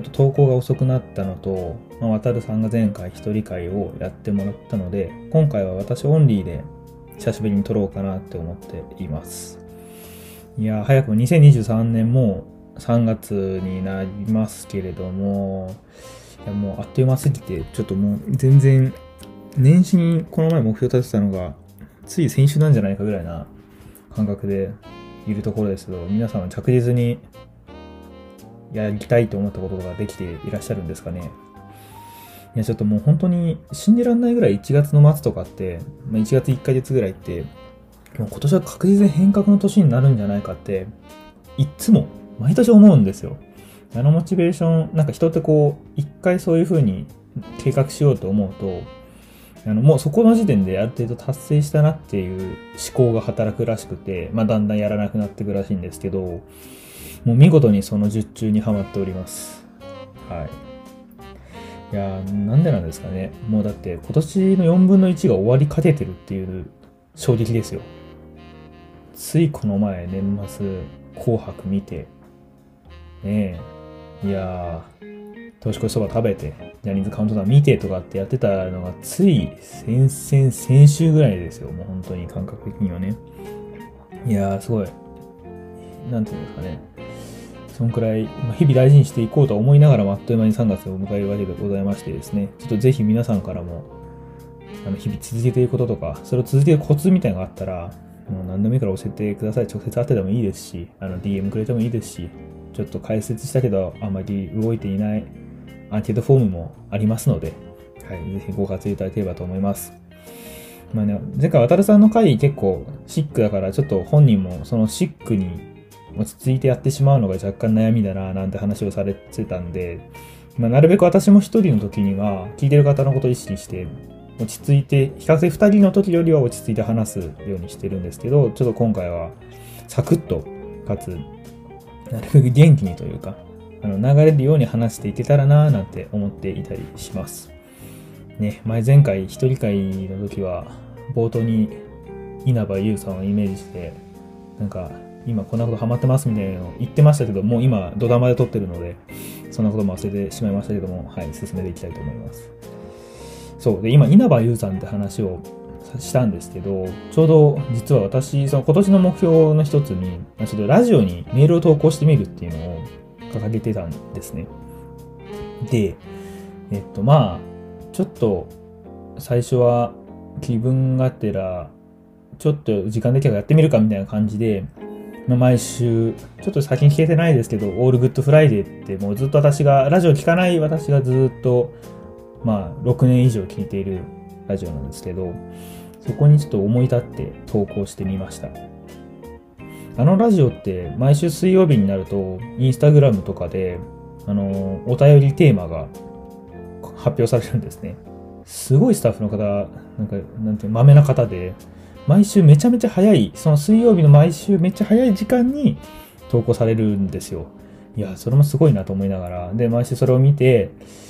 っと投稿が遅くなったのと、渡るさんが前回一人会をやってもらったので、今回は私オンリーで久しぶりに撮ろうかなって思っています。いや、早くも2023年も3月になりますけれども、いやもうあっという間すぎて、ちょっともう全然、年始にこの前目標立てたのが、つい先週なんじゃないかぐらいな感覚でいるところですけど、皆さんは着実にやりたいと思ったことができていらっしゃるんですかね。いや、ちょっともう本当に信じられないぐらい1月の末とかって、1月1ヶ月ぐらいって、もう今年は確実に変革の年になるんじゃないかって、いつも毎年思うんですよ。あのモチベーション、なんか人ってこう、一回そういう風に計画しようと思うと、もうそこの時点である程度達成したなっていう思考が働くらしくて、だんだんやらなくなっていくらしいんですけど、もう見事にその術中にはまっております。はい。いやー、なんでなんですかね。もうだって今年の4分の1が終わりかけてるっていう衝撃ですよ。ついこの前年末紅白見て、ねえ、いやー、年越しそば食べて、ジャニーズカウントダウン見てとかってやってたのがつい先週ぐらいですよ。もう本当に感覚的にはね。いやー、すごい。なんていうんですかね。そんくらい、日々大事にしていこうと思いながらもあっという間に3月を迎えるわけでございましてですね。ちょっとぜひ皆さんからも、日々続けていくこととか、それを続けるコツみたいなのがあったら、もう何でもいいから教えてください。直接会ってでもいいですし、DM くれてもいいですし、ちょっと解説したけど、あまり動いていないアンケートフォームもありますので、はい、ぜひご活用いただければと思います。前回渡るさんの回結構シックだから、ちょっと本人もそのシックに落ち着いてやってしまうのが若干悩みだな、なんて話をされてたんで、なるべく私も一人の時には、聞いてる方のことを意識して、落ち着いて、比較的二人の時よりは落ち着いて話すようにしてるんですけど、ちょっと今回はサクッと、かつ、なるべく元気にというか、流れるように話していけたらなーなんて思っていたりします。ね、前回一人会の時は、冒頭に稲葉優さんをイメージして、なんか、今こんなことハマってますみたいなのを言ってましたけど、もう今ドラマで撮ってるので、そんなことも忘れてしまいましたけども、はい、進めていきたいと思います。そう。で、今、稲葉優さんって話をしたんですけど、ちょうど実は私、その今年の目標の一つに、ちょっとラジオにメールを投稿してみるっていうのを掲げてたんですね。で、ちょっと最初は気分がてら、ちょっと時間できたらやってみるかみたいな感じで、毎週、ちょっと先に聞けてないですけど、オールグッドフライデーってもうずっと私が、ラジオ聞かない私がずっと、6年以上聞いているラジオなんですけど、そこにちょっと思い立って投稿してみました。あのラジオって毎週水曜日になると、インスタグラムとかで、お便りテーマが発表されるんですね。すごいスタッフの方、なんていう豆な方で、毎週めちゃめちゃ早い、その水曜日の毎週めっちゃ早い時間に投稿されるんですよ。いや、それもすごいなと思いながら、で、毎週それを見て、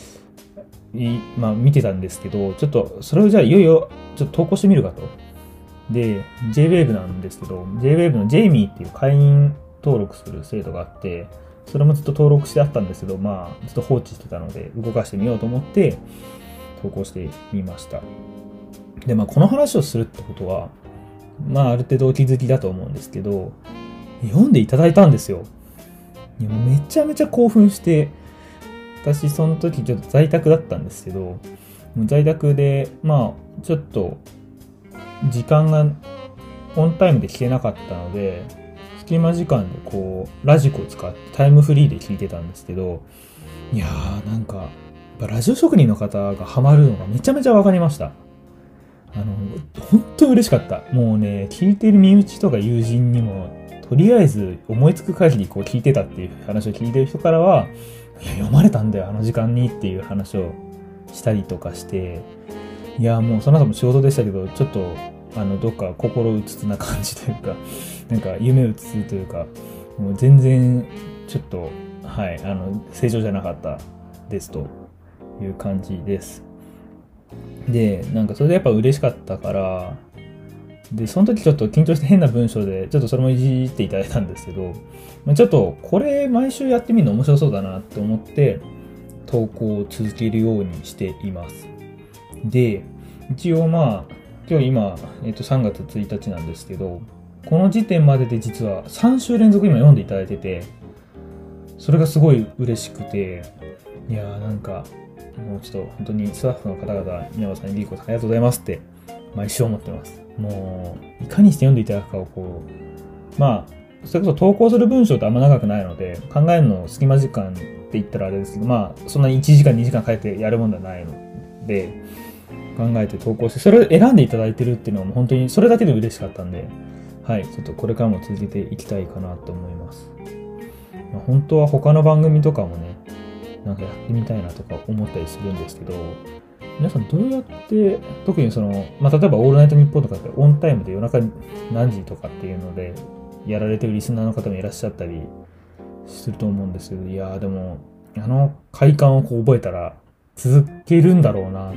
見てたんですけど、ちょっと、それをじゃあいよいよ、ちょっと投稿してみるかと。で、JWAVE なんですけど、JWAVE の JME っていう会員登録する制度があって、それもずっと登録してあったんですけど、ずっと放置してたので、動かしてみようと思って、投稿してみました。で、この話をするってことは、ある程度お気づきだと思うんですけど、読んでいただいたんですよ。いや、めちゃめちゃ興奮して、私その時ちょっと在宅だったんですけど、もう在宅で、ちょっと、時間がオンタイムで聞けなかったので、隙間時間でラジコを使ってタイムフリーで聞いてたんですけど、いやーラジオ職人の方がハマるのがめちゃめちゃわかりました。本当嬉しかった。もうね、聞いてる身内とか友人にも、とりあえず思いつく限り聞いてたっていう話を聞いてる人からは、いや、読まれたんだよ、あの時間にっていう話をしたりとかして、いや、もうその後も仕事でしたけど、ちょっと、どっか心うつつな感じというか、なんか夢うつつというか、もう全然、ちょっと、はい、正常じゃなかったですという感じです。で、それでやっぱ嬉しかったから、で、その時ちょっと緊張して変な文章で、ちょっとそれもいじっていただいたんですけど、ちょっとこれ毎週やってみるの面白そうだなって思って、 投稿を続けるようにしています。で、一応今日3月1日なんですけど、この時点までで実は3週連続今読んでいただいてて、それがすごい嬉しくて、いやーなんか、もうちょっと本当にスタッフの方々、稲葉さん、リーコさんありがとうございますって毎週思ってます。もう、いかにして読んでいただくかをそれこそ投稿する文章ってあんま長くないので、考えるの隙間時間って言ったらあれですけど、そんなに1時間2時間かけてやるもんではないので、考えて投稿して、それを選んでいただいてるっていうのはもう本当にそれだけで嬉しかったんで、はい、ちょっとこれからも続けていきたいかなと思います。本当は他の番組とかもね、なんかやってみたいなとか思ったりするんですけど、皆さんどうやって、特に例えばオールナイトニッポンとかってオンタイムで夜中何時とかっていうのでやられてるリスナーの方もいらっしゃったりすると思うんですけど、いやーでも、快感を覚えたら続けるんだろうなって。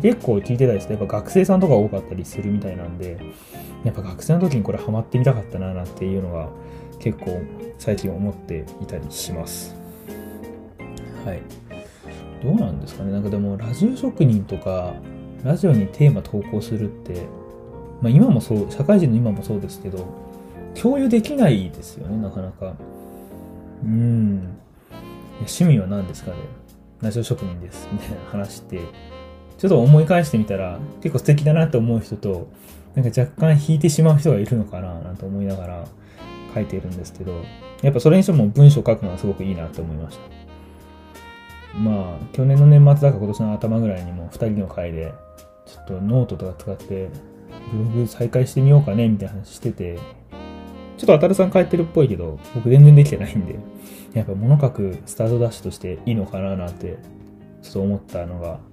結構聞いてたりして、やっぱ学生さんとか多かったりするみたいなんで、やっぱ学生の時にこれハマってみたかったななんていうのが結構最近思っていたりします。はい。どうなんですかね。なんかでもラジオ職人とかラジオにテーマ投稿するって、今もそう、社会人の今もそうですけど、共有できないですよね、なかなか。趣味は何ですかね。ラジオ職人ですみたいな話して、ちょっと思い返してみたら結構素敵だなって思う人と、なんか若干引いてしまう人がいるのかななんて思いながら書いているんですけど、やっぱそれにしても文章を書くのはすごくいいなって思いました。去年の年末だか今年の頭ぐらいにも2人の会でちょっとノートとか使ってブログ再開してみようかねみたいな話してて、ちょっとあたるさん書いてるっぽいけど僕全然できてないんで、やっぱ物書くスタートダッシュとしていいのかななんてちょっと思ったのが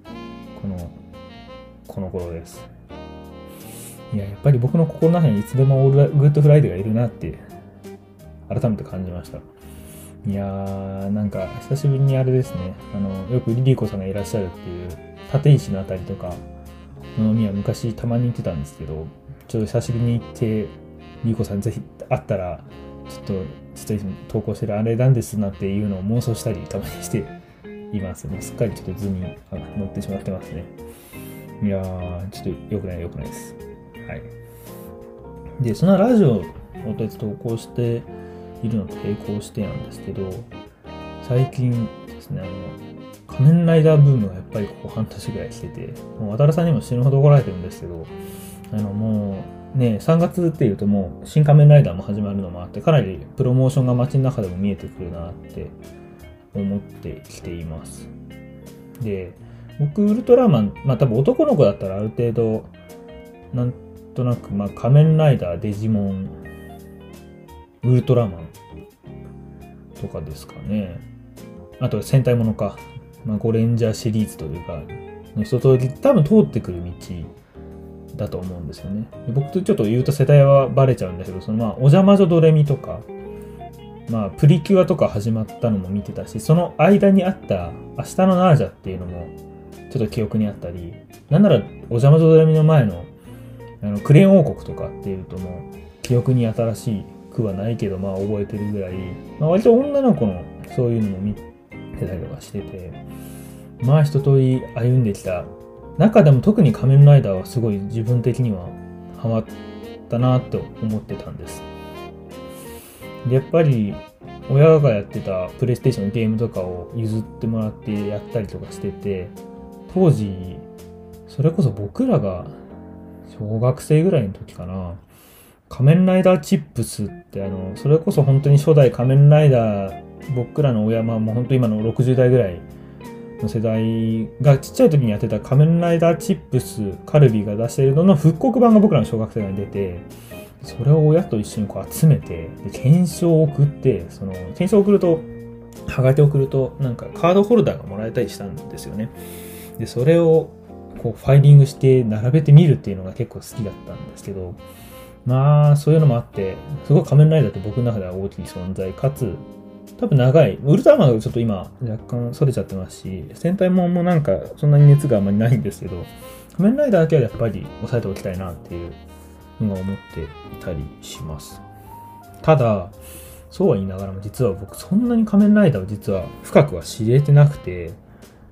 この頃です。いや、やっぱり僕の心の中にいつでもオールグッドフライデーがいるなって改めて感じました。いやー、なんか久しぶりにあれですね、よくリリコさんがいらっしゃるっていう立石のあたりとかの飲みは昔たまに行ってたんですけど、ちょっと久しぶりに行ってリリコさんぜひ会ったらちょっと投稿してるあれなんですなっていうのを妄想したりたまにしています。もうすっかりちょっと図に乗ってしまってますね。いやー、ちょっと良くないです。はい。で、そのラジオを投稿しているのと並行してなんですけど、最近ですね、仮面ライダーブームがやっぱりここ半年ぐらい来てて、もう渡るさんにも死ぬほど怒られてるんですけど、もうね、3月っていうともう新仮面ライダーも始まるのもあって、かなりプロモーションが街の中でも見えてくるなって思ってきています。で、僕ウルトラマン、多分男の子だったらある程度なんとなく仮面ライダー、デジモン、ウルトラマンとかですかね。あとは戦隊ものか、ゴレンジャーシリーズというかの一通り多分通ってくる道だと思うんですよね。で、僕とちょっと言うと世代はバレちゃうんだけど、お邪魔女ドレミとか、プリキュアとか始まったのも見てたし、その間にあった明日のナージャっていうのもちょっと記憶にあったり、なんならお邪魔女ドレミの前のクレヨン王国とかっていうともう記憶に新しくはないけど覚えてるぐらい、割と女の子のそういうのも見てたりとかしてて、一通り歩んできた中でも特に仮面ライダーはすごい自分的にはハマったなと思ってたんです。で、やっぱり親がやってたプレイステーションのゲームとかを譲ってもらってやったりとかしてて、当時それこそ僕らが小学生ぐらいの時かな、仮面ライダーチップスってそれこそ本当に初代仮面ライダー、僕らの親、もう本当今の60代ぐらいの世代がちっちゃい時にやってた仮面ライダーチップスカルビが出しているのの復刻版が僕らの小学生に出て、それを親と一緒に集めて、で検証を送って、検証を送ると、はがきを送るとなんかカードホルダーがもらえたりしたんですよね。で、それをファイリングして並べてみるっていうのが結構好きだったんですけど、そういうのもあって、すごい仮面ライダーって僕の中では大きい存在、かつ、多分長い。ウルトラマンがちょっと今、若干逸れちゃってますし、戦隊もんもなんか、そんなに熱があんまりないんですけど、仮面ライダーだけはやっぱり抑えておきたいなっていうのが思っていたりします。ただ、そうは言いながらも実は僕そんなに仮面ライダーを実は深くは知れてなくて、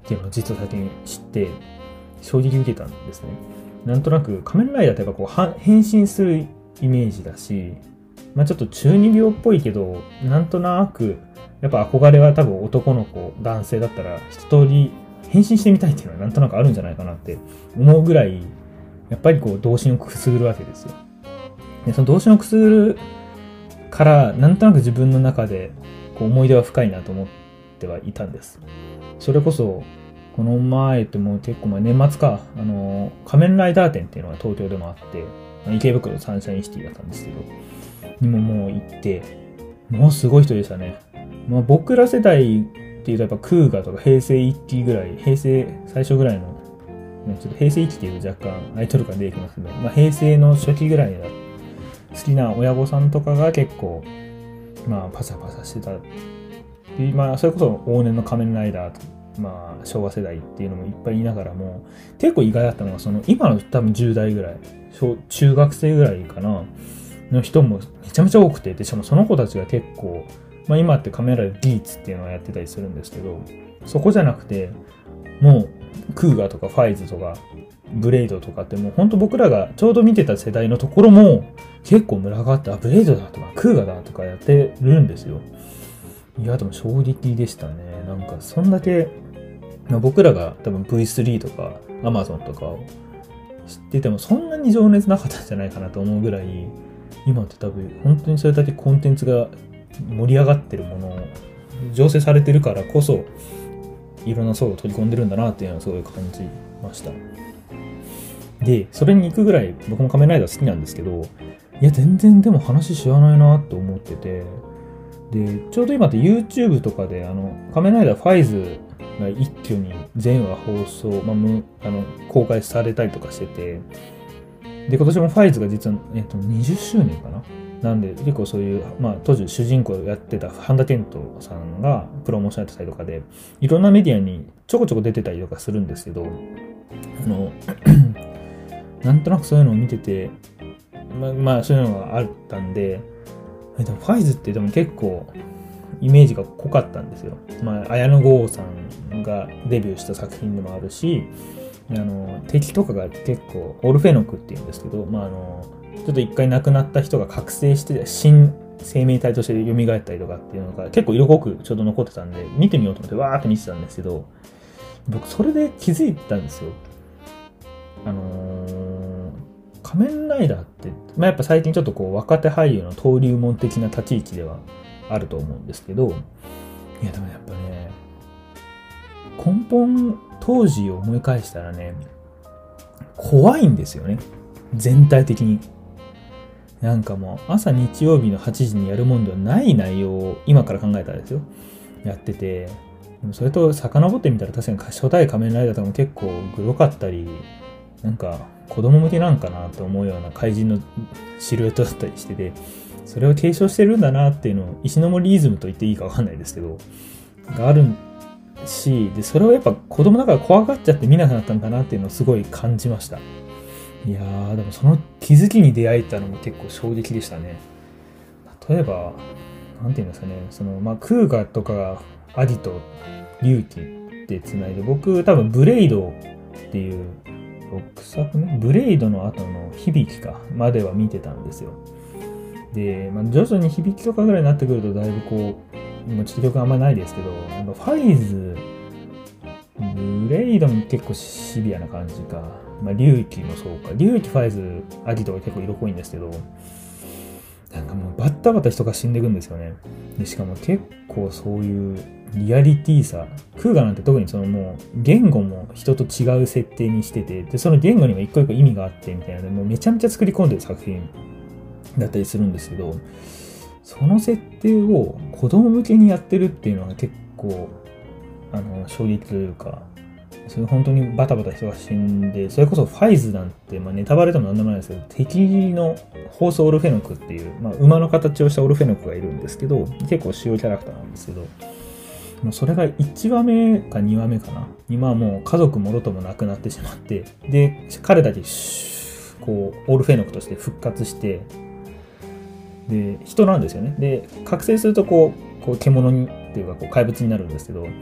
っていうのを実は最近知って衝撃受けたんですね。なんとなく仮面ライダーってやっぱこう変身するイメージだし、まあちょっと中二病っぽいけど、なんとなくやっぱ憧れは多分男の子、男性だったら一通り変身してみたいっていうのはなんとなくあるんじゃないかなって思うぐらい、やっぱりこう童心をくすぐるわけですよ。で、その童心をくすぐるからなんとなく自分の中でこう思い出は深いなと思ってはいたんです。それこそこの前ってもう結構年末か、仮面ライダー展っていうのが東京でもあって、池袋サンシャインシティだったんですけど、にももう行って、もうすごい人でしたね。まあ僕ら世代っていうとやっぱクーガとか平成1期ぐらい、平成最初ぐらいの、ちょっと平成1期っていうと若干アイドル感出てきますけど、まあ平成の初期ぐらいが好きな親御さんとかが結構、まあパサパサしてた。まあそれこそ往年の仮面ライダーと、まあ昭和世代っていうのもいっぱいいながらも、結構意外だったのが、その今の多分10代ぐらい、中学生ぐらいかな、の人もめちゃめちゃ多くて、でしかもその子たちが結構、まあ今ってカメラでギーツっていうのをやってたりするんですけど、そこじゃなくて、もうクーガーとかファイズとかブレイドとかってもうほんと僕らがちょうど見てた世代のところも結構群がって、あ、ブレイドだとかクーガーだとかやってるんですよ。いや、でも衝撃でしたね。なんかそんだけ、僕らが多分 V3 とか Amazon とかを知っててもそんなに情熱なかったんじゃないかなと思うぐらい、今って多分本当にそれだけコンテンツが盛り上がってるものを醸成されてるからこそいろんな層を取り込んでるんだなっていうのはすごい感じました。で、それに行くぐらい僕も仮面ライダー好きなんですけど、いや全然でも話知らないなと思ってて、でちょうど今って YouTube とかで仮面ライダーファイズが一挙に全話放送、公開されたりとかしてて、で今年もファイズが実は、20周年かな。なんで結構そういう、まあ当時主人公をやってた半田健人さんがプロモーションやってたりとかで、いろんなメディアにちょこちょこ出てたりとかするんですけど、なんとなくそういうのを見てて、まあそういうのがあったんで、でもファイズってでも結構イメージが濃かったんですよ。まあ綾野剛さんがデビューした作品でもあるし、敵とかが結構オルフェノクっていうんですけど、まあちょっと一回亡くなった人が覚醒して新生命体として蘇ったりとかっていうのが結構色濃くちょうど残ってたんで、見てみようと思ってわーって見てたんですけど、僕それで気づいたんですよ。仮面ライダーって、まあ、やっぱ最近ちょっとこう若手俳優の登竜門的な立ち位置ではあると思うんですけど、いやでもやっぱね、根本当時を思い返したらね、怖いんですよね、全体的に。なんかもう朝日曜日の8時にやるもんではない内容を今から考えたらですよ、やってて、でもそれと遡ってみたら確かに初代仮面ライダーとかも結構グロかったり、なんか子供向けなんかなと思うような怪人のシルエットだったりしてて、それを継承してるんだなっていうのを石ノ森イズムと言っていいかわかんないですけどがあるし、でそれをやっぱ子供だから怖がっちゃって見なくなったんだなっていうのをすごい感じました。いやー、でもその気づきに出会えたのも結構衝撃でしたね。例えばなんていうんですかね、クーガとかアディと龍騎ってつないで、僕多分ブレイドっていう6作目ブレイドの後の響きかまでは見てたんですよ。で、徐々に響きとかぐらいになってくるとだいぶこう、今ちょっと記憶あんまないですけど、やっぱファイズ、ブレイドも結構シビアな感じか。龍騎もそうか。龍騎、ファイズ、アディとか結構色濃いんですけど、なんかもうバッタバタ人が死んでいくんですよね。でしかも結構そういうリアリティさ、クーガなんて特にもう言語も人と違う設定にしてて、でその言語にも一個一個意味があってみたいなので、もうめちゃめちゃ作り込んでる作品だったりするんですけど、その設定を子供向けにやってるっていうのは結構衝撃というか、それ本当にバタバタ人が死んで、それこそファイズなんて、ネタバレでもなんでもないですけど、敵のホースオルフェノクっていう、馬の形をしたオルフェノクがいるんですけど、結構主要キャラクターなんですけど、もうそれが1話目か2話目かな。今はもう家族もろとも亡くなってしまって、で、彼だけこう、オルフェノクとして復活して、で、人なんですよね。で、覚醒するとこう獣にっていうかこう怪物になるんですけど、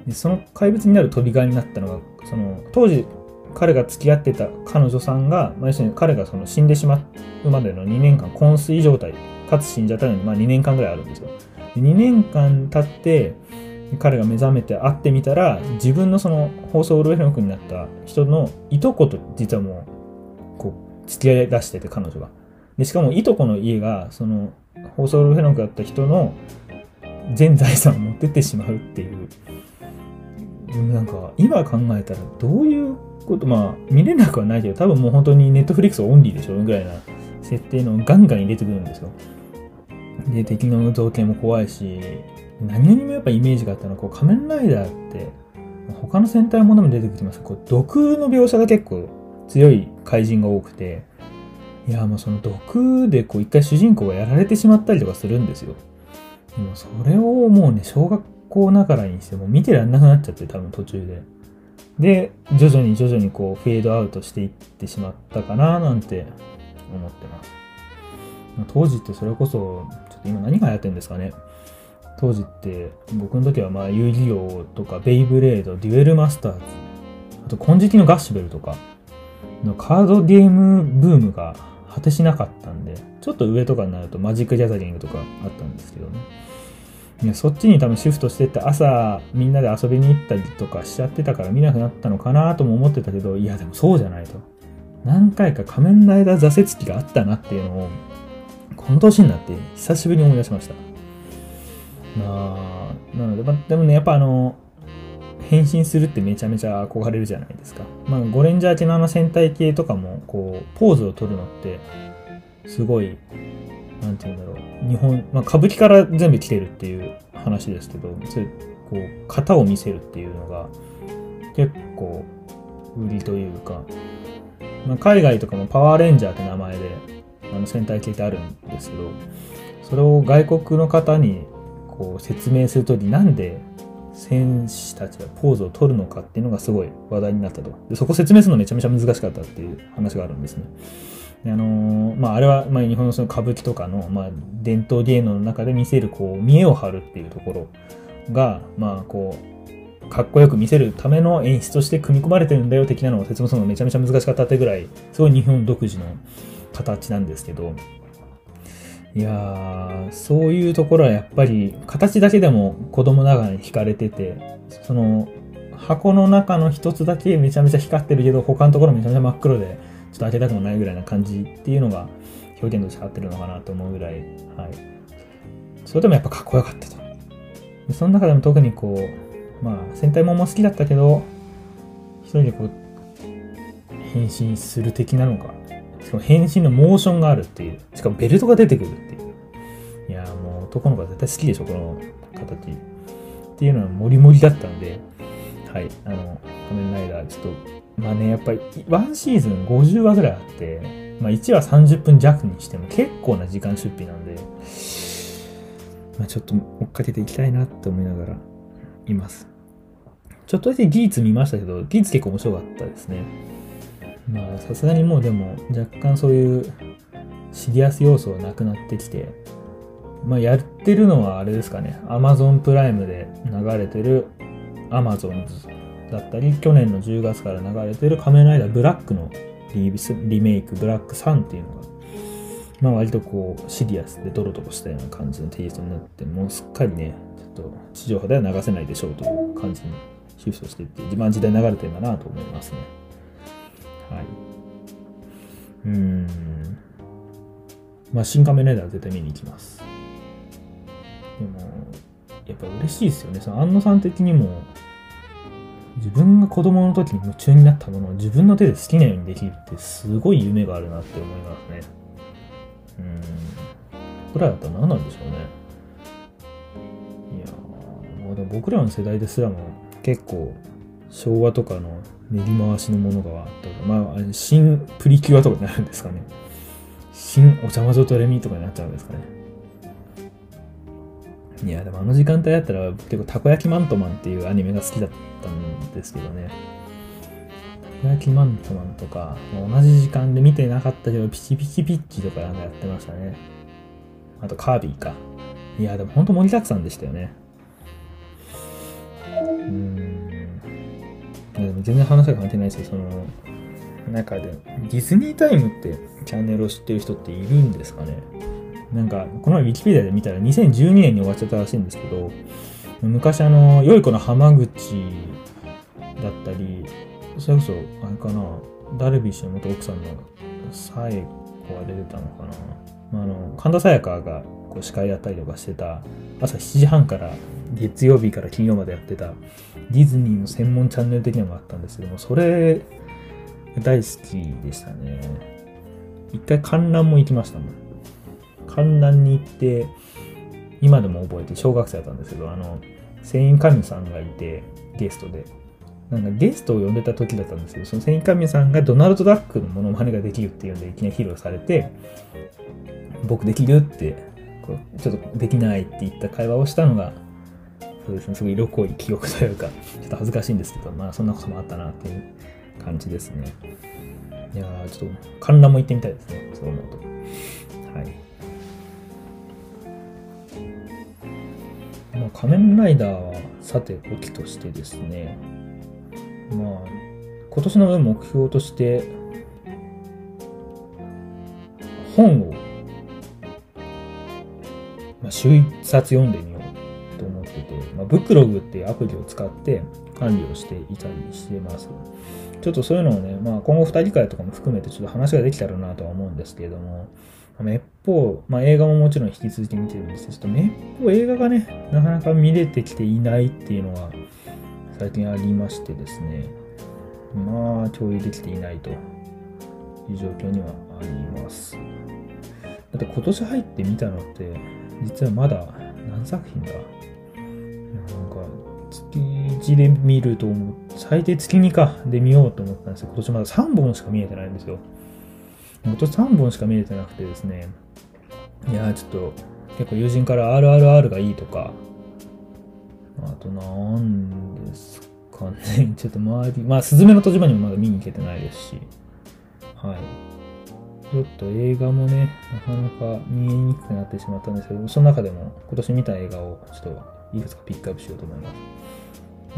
でその怪物になるトリガーになったのが、その当時彼が付き合ってた彼女さんが、要するに彼がその死んでしまうまでの2年間昏睡状態かつ死んじゃったのに、2年間ぐらいあるんですよ。で2年間経って彼が目覚めて会ってみたら、自分のその放送ウルフェノクになった人のいとこと実はもうこう付き合い出してて、彼女が。でしかもいとこの家がその放送ウルフェノクだった人の全財産を持ってってしまうっていう、なんか今考えたらどういうこと、見れなくはないけど、多分もう本当にネットフリックスオンリーでしょぐらいな設定のガンガン入れてくるんですよ。で、敵の造形も怖いし、何よりもやっぱイメージがあったのは、仮面ライダーって他の戦隊ものも出てきてますけど、毒の描写が結構強い怪人が多くて、いやもうその毒で一回主人公がやられてしまったりとかするんですよ。でもそれをもうね、小学校ながらにしても見てらんなくなっちゃって、多分途中で。で、徐々にフェードアウトしていってしまったかななんて思ってます。当時ってそれこそ、ちょっと今何が流行ってるんですかね。当時って僕の時は遊戯王とかベイブレード、デュエルマスターズ、あと金色のガッシュベルとかのカードゲームブームが果てしなかったんで、ちょっと上とかになるとマジックギャザリングとかあったんですけどね。いや、そっちに多分シフトしてって朝みんなで遊びに行ったりとかしちゃってたから見なくなったのかなとも思ってたけど、いやでもそうじゃないと。何回か仮面ライダー挫折期があったなっていうのをこの年になって久しぶりに思い出しました。なので、でもね、やっぱ変身するってめちゃめちゃ憧れるじゃないですか。ゴレンジャー系の戦隊系とかもポーズを取るのってすごい、なんていうんだろう、日本、歌舞伎から全部来てるっていう話ですけど、そういう型を見せるっていうのが結構売りというか、海外とかもパワーレンジャーって名前で戦隊系ってあるんですけど、それを外国の方に説明するとき、なんで戦士たちがポーズを取るのかっていうのがすごい話題になったと。でそこ説明するのめちゃめちゃ難しかったっていう話があるんですね。であれは日本のその歌舞伎とかの伝統芸能の中で見せる見栄を張るっていうところがかっこよく見せるための演出として組み込まれてるんだよ的なのを説明するのがめちゃめちゃ難しかったってぐらいすごい日本独自の形なんですけど、いやー、そういうところはやっぱり形だけでも子供ながらに惹かれてて、その箱の中の一つだけめちゃめちゃ光ってるけど他のところめちゃめちゃ真っ黒でちょっと開けたくもないぐらいな感じっていうのが表現として合ってるのかなと思うぐらい、はい。それでもやっぱかっこよかったと。でその中でも特に戦隊もんも好きだったけど、一人で変身する的なのが、しかも変身のモーションがあるっていう、しかもベルトが出てくるっていう。いやーもう男の子は絶対好きでしょ、この形。っていうのはモリモリだったんで、はい、仮面ライダーちょっと、やっぱり1シーズン50話ぐらいあって、1話30分弱にしても結構な時間出費なんで、ちょっと追っかけていきたいなって思いながらいます。ちょっとだけギーツ見ましたけど、ギーツ結構面白かったですね。さすがにもうでも若干そういうシリアス要素はなくなってきて、やってるのはあれですかね、Amazon プライムで流れてる Amazons だったり、去年の10月から流れてる仮面ライダーブラックのリメイクブラック3っていうのが、割とシリアスでドロドロしたような感じのテイストになって、もうすっかりね、ちょっと地上波では流せないでしょうという感じにシフトしていって、時代流れてるんだなと思いますね。はい。新仮面ライダーは絶対見に行きます。でも、やっぱ嬉しいですよね。その安野さん的にも、自分が子供の時に夢中になったものを自分の手で好きなようにできるってすごい夢があるなって思いますね。僕らだったら何なんでしょうね。いやー、もうでも僕らの世代ですらも結構昭和とかの練り回しのものがあったら、新プリキュアとかになるんですかね。新お邪魔女とレミとかになっちゃうんですかね。いや、でも時間帯だったら結構たこ焼きマントマンっていうアニメが好きだったんですけどね。たこ焼きマントマンとか、同じ時間で見てなかったけど、ピチピチピッチとかやってましたね。あとカービィか。いや、でもほんと盛りだくさんでしたよね。 でも全然話が関係ないですけど、その中でディズニータイムってチャンネルを知ってる人っているんですかね。なんかこの前ウィキペディアで見たら2012年に終わっちゃったらしいんですけど、昔良い子の浜口だったり、それこそあれかな、ダルビッシュの元奥さんのサエコが出てたのかな、神田沙也加がこう司会やったりとかしてた朝7時半から月曜日から金曜までやってたディズニーの専門チャンネル的なのがあったんですけども、それ大好きでしたね。一回観覧も行きましたもん。観覧に行って、今でも覚えて、小学生だったんですけど、船員神さんがいてゲストで、なんかゲストを呼んでた時だったんですけど、その船員神さんがドナルド・ダックのモノマネができるっていうんでいきなり披露されて、僕できるってこうちょっとできないって言った会話をしたのが、そうですね、すごい色濃い記憶というか、ちょっと恥ずかしいんですけど、まあそんなこともあったなっていう感じですね。いやー、ちょっと観覧も行ってみたいですね、そう思うと。はい。まあ、仮面ライダーはさておきとしてですね、まあ、今年の目標として、本を、週一冊読んでみようと思ってて、ブックログっていうアプリを使って管理をしていたりしてます。ちょっとそういうのをね、今後2人会とかも含めてちょっと話ができたらなとは思うんですけれども、めっぽう、映画ももちろん引き続き見てるんですけど、ちょっとめっぽう映画がね、なかなか見れてきていないっていうのが最近ありましてですね、共有できていないという状況にはあります。だって今年入って見たのって、実はまだ何作品だ？なんか、月1で見ると思う、最低月2かで見ようと思ったんですけど、今年まだ3本しか見えてないんですよ。今年3本しか見れてなくてですね、いやーちょっと結構友人から RRR がいいとか、あとなんですかね、ちょっと周り、すずめの戸締まりもまだ見に行けてないですし、はい。ちょっと映画もね、なかなか見えにくくなってしまったんですけど、その中でも今年見た映画をちょっといくつかピックアップしようと思います。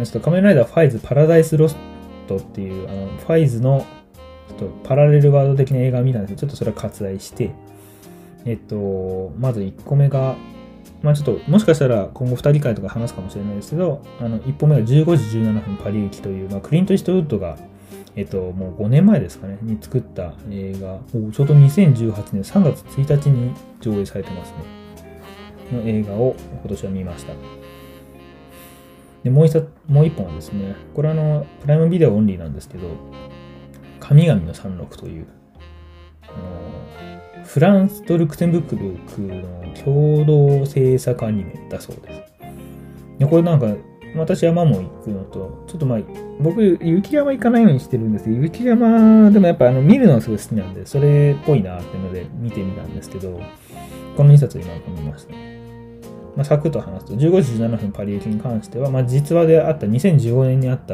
ちょっと仮面ライダーファイズパラダイスロストっていう、ファイズのちょっとパラレルワード的な映画を見たんですけど、ちょっとそれは割愛して、まず1個目が、ちょっともしかしたら今後2人会とか話すかもしれないですけど、1本目が15時17分パリ行きという、クリント・イーストウッドが、もう5年前ですかね、に作った映画、ちょうど2018年3月1日に上映されてますね。の映画を今年は見ました。で、もう一本はですね、これプライムビデオオンリーなんですけど、神々の山麓という、フランスとルクセンブルクの共同制作アニメだそうです。でこれなんか、私山も行くのと、ちょっと僕、雪山行かないようにしてるんですけど、雪山でもやっぱ見るのがすごい好きなんで、それっぽいなっていうので見てみたんですけど、この2冊今見ました。サクッと話すと、15時17分パリ行きに関しては、実話であった2015年にあった、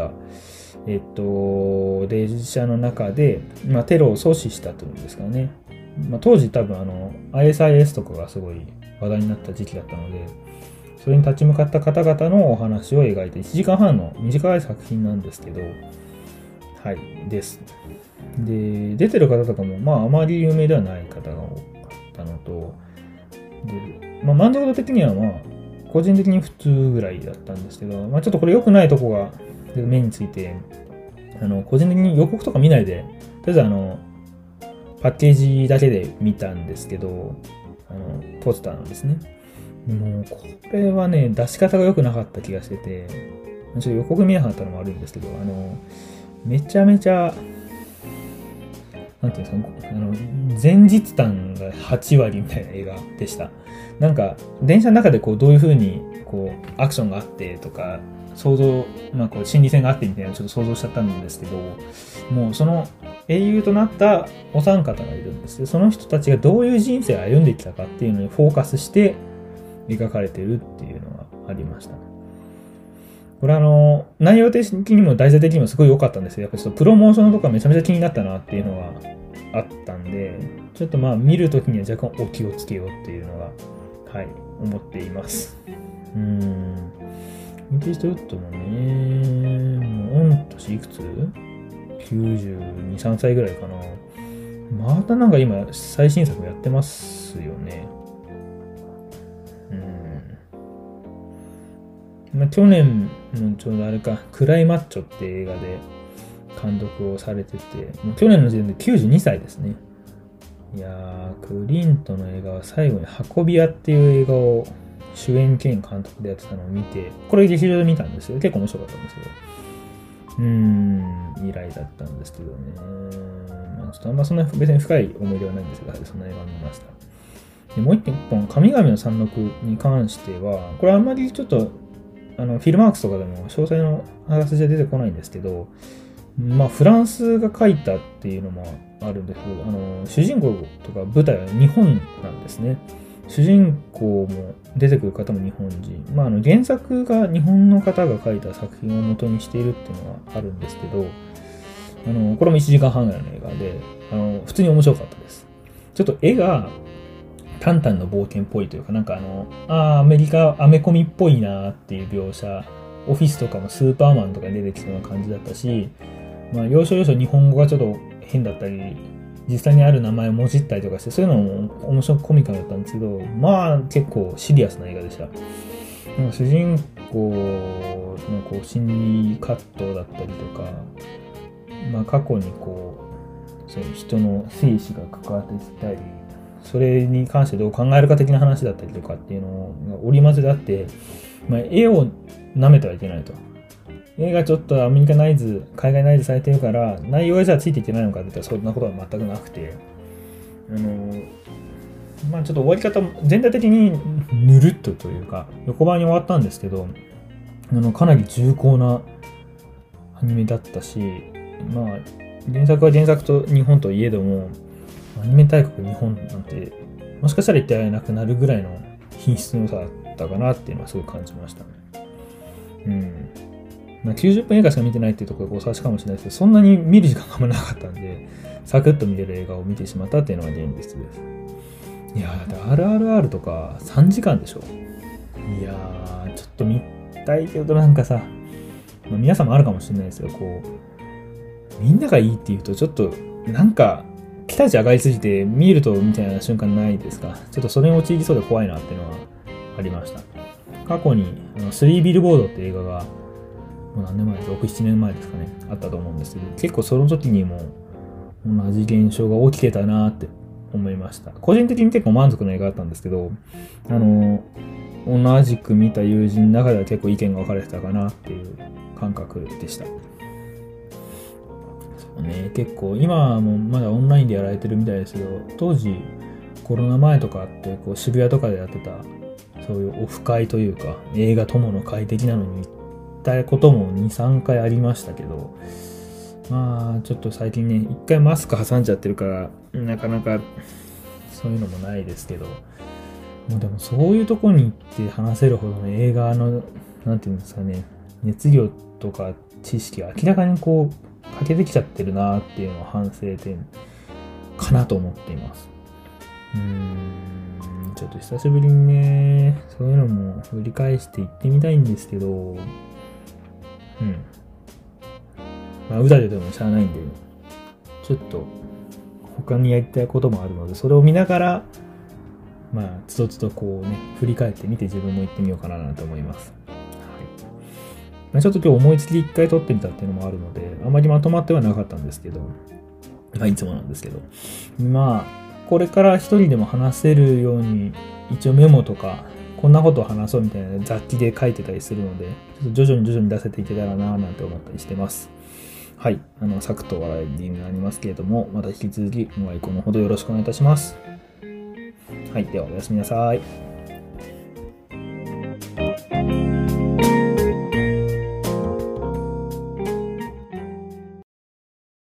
電車の中で、テロを阻止したというんですかね。当時多分ISIS とかがすごい話題になった時期だったので、それに立ち向かった方々のお話を描いて1時間半の短い作品なんですけど、はい、です。で、出てる方とかも、あまり有名ではない方が多かったのと、で、満足度的には個人的に普通ぐらいだったんですけど、ちょっとこれ良くないとこが目について、個人的に予告とか見ないで、とりあえずパッケージだけで見たんですけど、ポスターのですね。もう、これはね、出し方が良くなかった気がしてて、ちょっと予告見なかったのも悪いんですけど、めちゃめちゃ、なんていうんですか、前日談が8割みたいな映画でした。なんか、電車の中でどういう風に、アクションがあってとか、想像、心理戦があってみたいなのをちょっと想像しちゃったんですけど、もうその英雄となったお三方がいるんですよ。その人たちがどういう人生を歩んできたかっていうのにフォーカスして描かれてるっていうのがありました。これ内容的にも題材的にもすごい良かったんですよ。やっぱちょっとプロモーションとかめちゃめちゃ気になったなっていうのがあったんで、ちょっと見るときには若干お気をつけようっていうのが、はい、思っています。 クリント・イーストウッドもね、もう御年いくつ ?92、3歳ぐらいかな。またなんか今、最新作やってますよね。去年のちょうどあれか、クライマッチョって映画で監督をされてて、もう去年の時点で92歳ですね。いやー、クリントの映画は最後に運び屋っていう映画を主演兼監督でやってたのを見て、これ劇場で見たんですよ。結構面白かったんですけど。以来だったんですけどね。ちょっとあんまそんな別に深い思い出はないんですが、そんな映画を見ました。でもう一本、神々の山麓に関しては、これあんまりちょっと、フィルマークスとかでも詳細の話は出てこないんですけど、フランスが書いたっていうのもあるんですけど、主人公とか舞台は日本なんですね。主人公も出てくる方も日本人。原作が日本の方が書いた作品を元にしているっていうのがあるんですけど、これも1時間半ぐらいの映画で、普通に面白かったです。ちょっと絵が、タンタンの冒険っぽいというか、なんかアメリカアメコミっぽいなっていう描写、オフィスとかもスーパーマンとか出てきそうな感じだったし、要所要所日本語がちょっと変だったり、実際にある名前をもじったりとかして、そういうのも面白くコミカルだったんですけど、結構シリアスな映画でした。主人公の心理葛藤だったりとか、過去にそういう人の生死が関わってきたり、それに関してどう考えるか的な話だったりとかっていうのが織り交ぜであって、絵を舐めてはいけないと。絵がちょっとアメリカナイズ、海外ナイズされてるから、内容がじゃあついていけないのかって言ったらそんなことは全くなくて、ちょっと終わり方も全体的にぬるっとというか、横ばいに終わったんですけど、かなり重厚なアニメだったし、原作は原作と日本といえども、アニメ大国日本なんて、もしかしたら言ってられなくなるぐらいの品質の良さだったかなっていうのはすごく感じました。90分映画しか見てないっていうところがお察しかもしれないですけど、そんなに見る時間があんまなかったんで、サクッと見れる映画を見てしまったっていうのが現実です。いやー、だって RRR とか3時間でしょ。いやー、ちょっと見たいけどなんかさ、皆さんもあるかもしれないですよ。みんながいいっていうとちょっとなんか期待値上がりすぎて見るとみたいな瞬間ないですか。ちょっとそれに陥りそうで怖いなっていうのはありました。過去に3ビルボードって映画がもう何年前 ?6、7年前ですかね。あったと思うんですけど、結構その時にも同じ現象が起きてたなって思いました。個人的に結構満足の映画だったんですけど、同じく見た友人の中では結構意見が分かれてたかなっていう感覚でした。そうね、結構今はもうまだオンラインでやられてるみたいですけど、当時コロナ前とかって渋谷とかでやってたそういうオフ会というか映画友の会的なのに行ったことも 2,3 回ありましたけど、ちょっと最近ね一回マスク挟んじゃってるからなかなかそういうのもないですけど、もうでもそういうとこに行って話せるほどの映画のなんていうんですかね、熱量とか知識が明らかに欠けてきちゃってるなっていうのは反省点かなと思っています。ちょっと久しぶりにね、そういうのも振り返していってみたいんですけど、うだでもしゃあないんで、ちょっと他にやりたいこともあるので、それを見ながら、つどつど振り返ってみて自分も行ってみようかなと思います。ちょっと今日思いつきで一回撮ってみたっていうのもあるので、あまりまとまってはなかったんですけど、いつもなんですけど、これから一人でも話せるように、一応メモとか、こんなことを話そうみたいな雑記で書いてたりするので、ちょっと徐々に出せていけたらなぁなんて思ったりしてます。はい。サクッと笑いになりますけれども、また引き続きご愛顧のほどよろしくお願いいたします。はい。では、おやすみなさい。